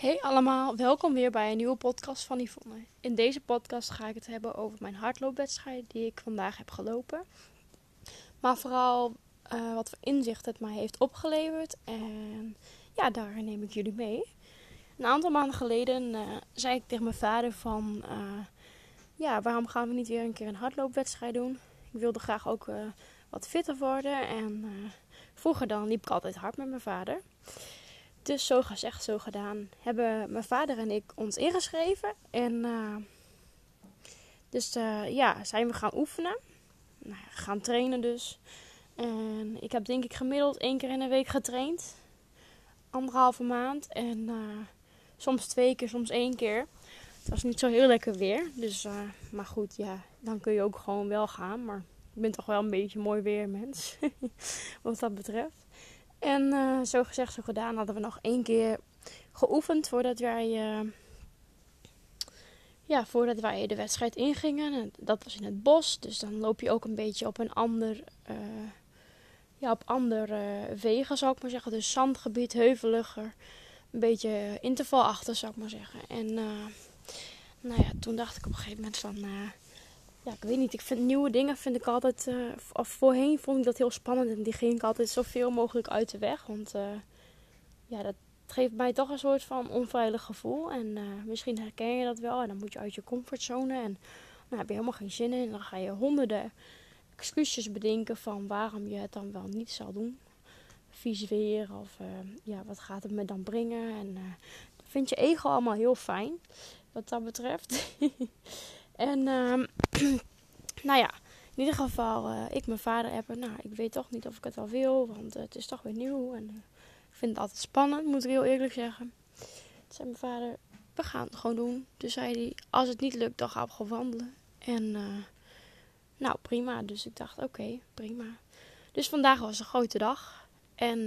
Hey allemaal, welkom weer bij een nieuwe podcast van Yvonne. In deze podcast ga ik het hebben over mijn hardloopwedstrijd die ik vandaag heb gelopen. Maar vooral wat voor inzicht het mij heeft opgeleverd. En ja, daar neem ik jullie mee. Een aantal maanden geleden zei ik tegen mijn vader van... waarom gaan we niet weer een keer een hardloopwedstrijd doen? Ik wilde graag ook wat fitter worden. En vroeger dan liep ik altijd hard met mijn vader. Dus zo gezegd, zo gedaan, hebben mijn vader en ik ons ingeschreven. En zijn we gaan oefenen. Gaan trainen dus. En ik heb denk ik gemiddeld 1 keer in de week getraind. 1,5 maand. En soms 2 keer, soms 1 keer. Het was niet zo heel lekker weer. Dus, maar goed, ja, dan kun je ook gewoon wel gaan. Maar ik ben toch wel een beetje mooi weermens. Wat dat betreft. En zo gezegd, zo gedaan hadden we nog 1 keer geoefend voordat wij de wedstrijd ingingen. En dat was in het bos, dus dan loop je ook een beetje op op andere wegen, zou ik maar zeggen. Dus zandgebied, heuveliger, een beetje intervalachtig, zou ik maar zeggen. En toen dacht ik op een gegeven moment van... ik weet niet, ik vind nieuwe dingen altijd... voorheen vond ik dat heel spannend en die ging ik altijd zoveel mogelijk uit de weg. Want dat geeft mij toch een soort van onveilig gevoel. En misschien herken je dat wel. En dan moet je uit je comfortzone. En dan heb je helemaal geen zin in. En dan ga je honderden excuses bedenken van waarom je het dan wel niet zal doen. Vies weer of wat gaat het me dan brengen. En dat vind je ego allemaal heel fijn. Wat dat betreft. En in ieder geval, ik mijn vader appen. Ik weet toch niet of ik het wel wil, want het is toch weer nieuw. En ik vind het altijd spannend, moet ik heel eerlijk zeggen. Toen zei mijn vader, we gaan het gewoon doen. Dus zei hij, als het niet lukt, dan gaan we gewoon wandelen. En prima. Dus ik dacht, oké, prima. Dus vandaag was een grote dag. En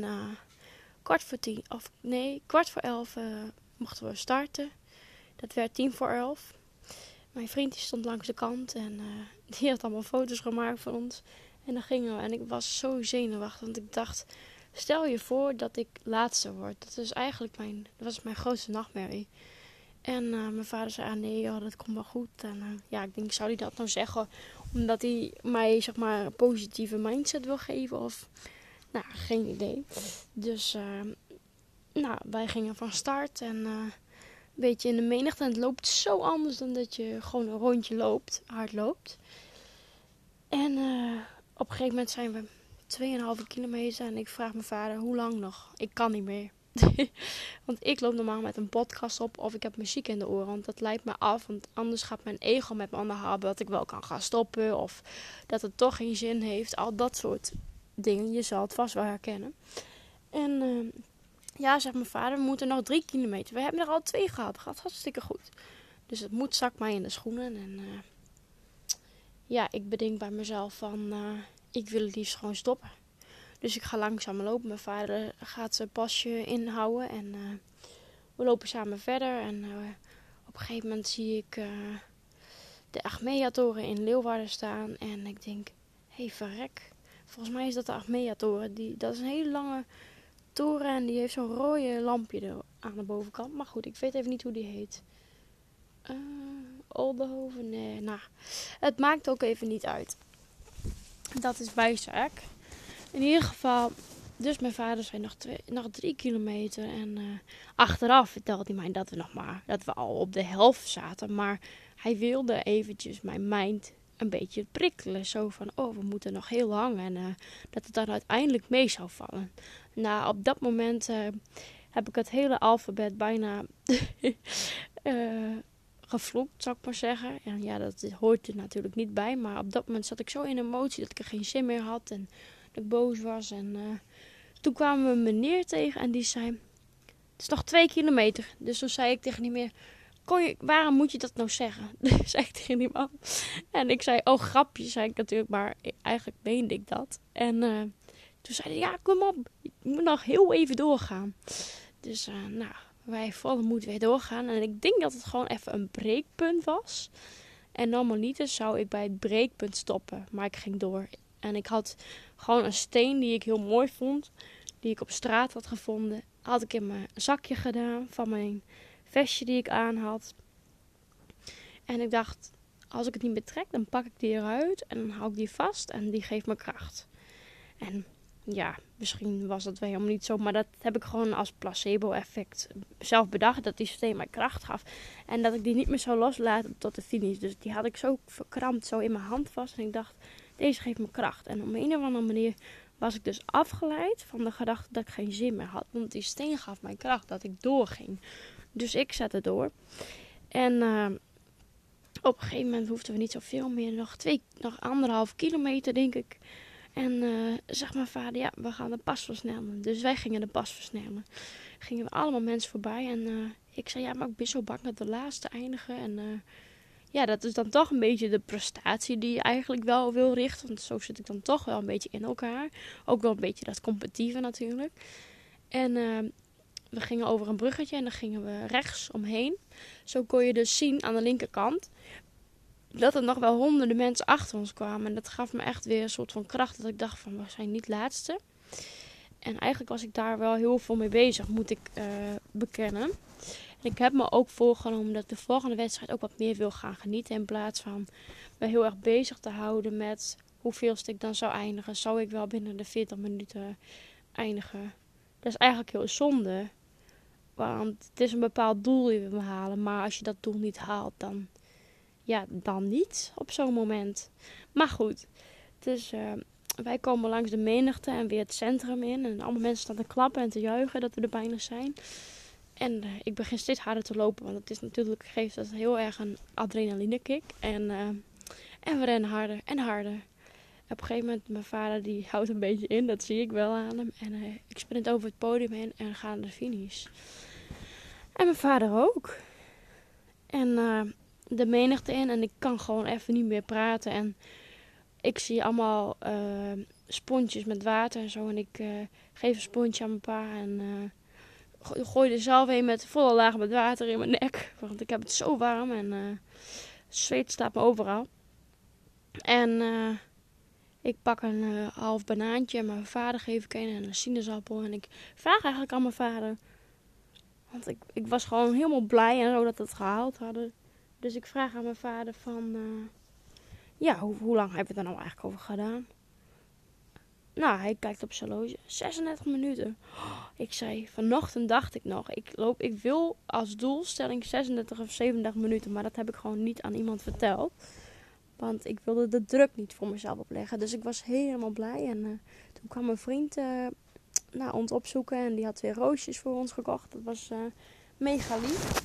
11:15 mochten we starten. Dat werd 11:10. Mijn vriend die stond langs de kant en die had allemaal foto's gemaakt van ons. En dan gingen we en ik was zo zenuwachtig, want ik dacht, stel je voor dat ik laatste word. Dat is eigenlijk mijn grootste nachtmerrie. En mijn vader zei, nee joh, dat komt wel goed. En ik denk, zou hij dat nou zeggen omdat hij mij zeg maar een positieve mindset wil geven of... geen idee. Dus wij gingen van start en... een beetje in de menigte. En het loopt zo anders dan dat je gewoon een rondje loopt. Hard loopt. En op een gegeven moment zijn we 2,5 kilometer. En ik vraag mijn vader, hoe lang nog? Ik kan niet meer. Want ik loop normaal met een podcast op. Of ik heb muziek in de oren. Want dat leidt me af. Want anders gaat mijn ego met me aan de haal. Dat ik wel kan gaan stoppen. Of dat het toch geen zin heeft. Al dat soort dingen. Je zal het vast wel herkennen. En... zegt mijn vader, we moeten nog 3 kilometer. We hebben er al 2 gehad. Dat gaat hartstikke goed. Dus het moed zakt mij in de schoenen. En ik bedenk bij mezelf van... ik wil het liefst gewoon stoppen. Dus ik ga langzaam lopen. Mijn vader gaat zijn pasje inhouden. En we lopen samen verder. En op een gegeven moment zie ik de Achmea-toren in Leeuwarden staan. En ik denk, verrek. Volgens mij is dat de Achmea-toren. Dat is een hele lange... toren en die heeft zo'n rode lampje aan de bovenkant. Maar goed, ik weet even niet hoe die heet. Oldenhoven? Nee, het maakt ook even niet uit. Dat is bijzaak. In ieder geval, dus mijn vader zei nog 3 kilometer. En achteraf vertelde hij mij dat we al op de helft zaten. Maar hij wilde eventjes mijn mind een beetje prikkelen. Zo van, we moeten nog heel lang. En dat het dan uiteindelijk mee zou vallen. Op dat moment heb ik het hele alfabet bijna gevloekt, zou ik maar zeggen. En ja, dat hoort er natuurlijk niet bij. Maar op dat moment zat ik zo in emotie dat ik er geen zin meer had. En dat ik boos was. En toen kwamen we een meneer tegen en die zei... Het is nog 2 kilometer. Dus toen zei ik tegen die meneer... Waarom moet je dat nou zeggen? Zei ik tegen die man. En ik zei, grapje, zei ik natuurlijk. Maar eigenlijk meende ik dat. En... toen zei hij, kom op, je moet nog heel even doorgaan. Dus wij volle moed weer doorgaan. En ik denk dat het gewoon even een breekpunt was. En normaliter zou ik bij het breekpunt stoppen. Maar ik ging door. En ik had gewoon een steen die ik heel mooi vond. Die ik op straat had gevonden. had ik in mijn zakje gedaan van mijn vestje die ik aan had. En ik dacht, als ik het niet meer trek, dan pak ik die eruit en dan hou ik die vast en die geeft me kracht. En ja, misschien was dat wel helemaal niet zo, maar dat heb ik gewoon als placebo-effect zelf bedacht, dat die steen mij kracht gaf. En dat ik die niet meer zou loslaten tot de finish. Dus die had ik zo verkrampt zo in mijn hand vast en ik dacht, deze geeft me kracht. En op een of andere manier was ik dus afgeleid van de gedachte dat ik geen zin meer had. Want die steen gaf mij kracht, dat ik doorging. Dus ik zette door. En op een gegeven moment hoefden we niet zoveel meer. Nog 1,5 kilometer, denk ik. En zegt mijn vader, ja, we gaan de pas versnellen. Dus wij gingen de pas versnellen. Gingen we allemaal mensen voorbij. En ik zei, ja, maar ik ben zo bang dat de laatste eindigen. En ja, dat is dan toch een beetje de prestatie die je eigenlijk wel wil richten. Want zo zit ik dan toch wel een beetje in elkaar. Ook wel een beetje dat competitieve natuurlijk. En we gingen over een bruggetje en dan gingen we rechts omheen. Zo kon je dus zien aan de linkerkant dat er nog wel honderden mensen achter ons kwamen. En dat gaf me echt weer een soort van kracht. Dat ik dacht van, we zijn niet laatste. En eigenlijk was ik daar wel heel veel mee bezig, moet ik bekennen. En ik heb me ook voorgenomen dat ik de volgende wedstrijd ook wat meer wil gaan genieten. In plaats van me heel erg bezig te houden met hoeveelste ik dan zou eindigen. Zou ik wel binnen de 40 minuten eindigen? Dat is eigenlijk heel zonde. Want het is een bepaald doel die we behalen. Maar als je dat doel niet haalt, dan niet op zo'n moment. Maar goed, dus wij komen langs de menigte en weer het centrum in. En allemaal mensen staan te klappen en te juichen dat we er bijna zijn. En ik begin steeds harder te lopen, want het is natuurlijk, geeft dat heel erg een adrenaline kick. En we rennen harder en harder. Op een gegeven moment, mijn vader die houdt een beetje in, dat zie ik wel aan hem. En ik sprint over het podium heen en ga naar de finish. En mijn vader ook. En de menigte in en ik kan gewoon even niet meer praten. En ik zie allemaal sponsjes met water en zo. En ik geef een sponsje aan mijn pa en gooi er zelf heen met volle laag met water in mijn nek. Want ik heb het zo warm en zweet staat me overal. En ik pak een half banaantje en mijn vader geef ik een en een sinaasappel. En ik vraag eigenlijk aan mijn vader. Want ik was gewoon helemaal blij en zo dat we het gehaald hadden. Dus ik vraag aan mijn vader van... hoe lang hebben we er nou eigenlijk over gedaan? Nou, hij kijkt op zijn horloge. 36 minuten. Ik zei, vanochtend dacht ik nog. Ik wil als doelstelling 36 of 37 minuten. Maar dat heb ik gewoon niet aan iemand verteld. Want ik wilde de druk niet voor mezelf opleggen. Dus ik was helemaal blij. En toen kwam mijn vriend ons opzoeken. En die had 2 roosjes voor ons gekocht. Dat was mega lief.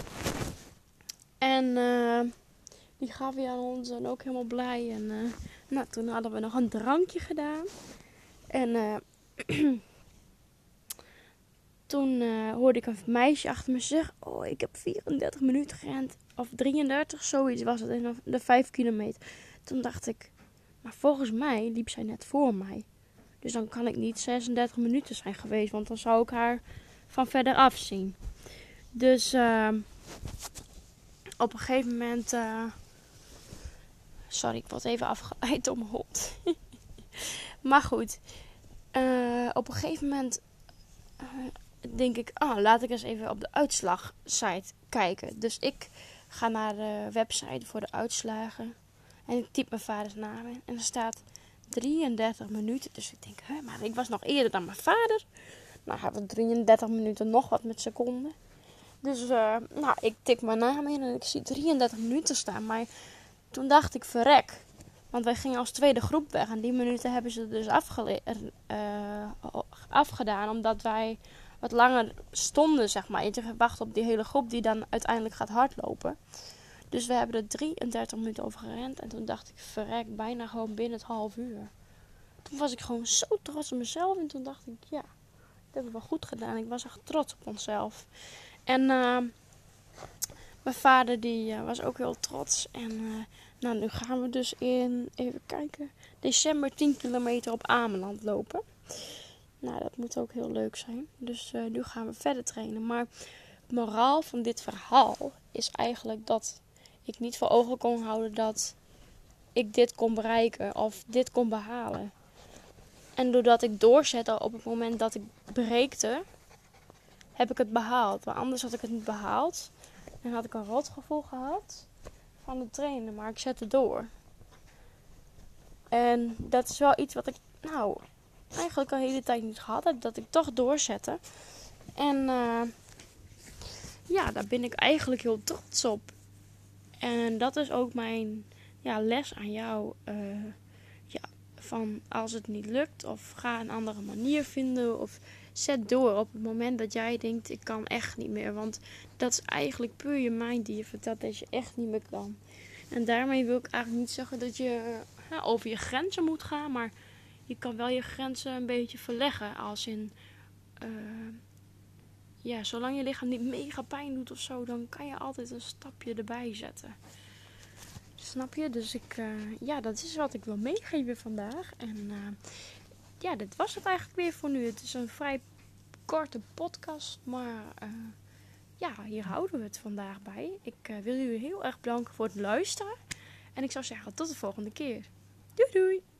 En die gaf hij aan ons. En ook helemaal blij. En toen hadden we nog een drankje gedaan. En toen hoorde ik een meisje achter me zeggen... Oh, ik heb 34 minuten gerend. Of 33, zoiets was het. In de 5 kilometer. Toen dacht ik... Maar volgens mij liep zij net voor mij. Dus dan kan ik niet 36 minuten zijn geweest. Want dan zou ik haar van verder af zien. Dus op een gegeven moment... sorry, ik word even afgeleid door mijn hond. Maar goed... op een gegeven moment denk ik, laat ik eens even op de uitslagsite kijken. Dus ik ga naar de website voor de uitslagen. En ik typ mijn vaders naam in. En er staat 33 minuten. Dus ik denk, maar ik was nog eerder dan mijn vader. Nou, hebben we 33 minuten nog wat met seconden. Dus ik tik mijn naam in en ik zie 33 minuten staan. Maar toen dacht ik, verrek. Want wij gingen als tweede groep weg. En die minuten hebben ze dus afgedaan. Omdat wij wat langer stonden, zeg maar. Je wacht op die hele groep die dan uiteindelijk gaat hardlopen. Dus we hebben er 33 minuten over gerend. En toen dacht ik, verrek, bijna gewoon binnen het half uur. Toen was ik gewoon zo trots op mezelf. En toen dacht ik, ja, dat hebben we wel goed gedaan. Ik was echt trots op onszelf. En mijn vader die was ook heel trots. En nu gaan we dus in, even kijken, december 10 kilometer op Ameland lopen. Nou, dat moet ook heel leuk zijn. Dus nu gaan we verder trainen. Maar het moraal van dit verhaal is eigenlijk dat ik niet voor ogen kon houden dat ik dit kon bereiken of dit kon behalen. En doordat ik doorzette op het moment dat ik breekte, heb ik het behaald. Maar anders had ik het niet behaald. En had ik een rotgevoel gehad van het trainen. Maar ik zette door. En dat is wel iets wat ik eigenlijk al de hele tijd niet gehad heb. Dat ik toch doorzette. En daar ben ik eigenlijk heel trots op. En dat is ook mijn les aan jou. Van als het niet lukt. Of ga een andere manier vinden. Of zet door op het moment dat jij denkt ik kan echt niet meer. Want dat is eigenlijk puur je mind die je vertelt dat je echt niet meer kan. En daarmee wil ik eigenlijk niet zeggen dat je over je grenzen moet gaan. Maar je kan wel je grenzen een beetje verleggen. Als in zolang je lichaam niet mega pijn doet of zo. Dan kan je altijd een stapje erbij zetten. Snap je? Dus dat is wat ik wil meegeven vandaag. En dit was het eigenlijk weer voor nu. Het is een vrij korte podcast. Maar hier houden we het vandaag bij. Ik wil jullie heel erg bedanken voor het luisteren. En ik zou zeggen tot de volgende keer. Doei doei!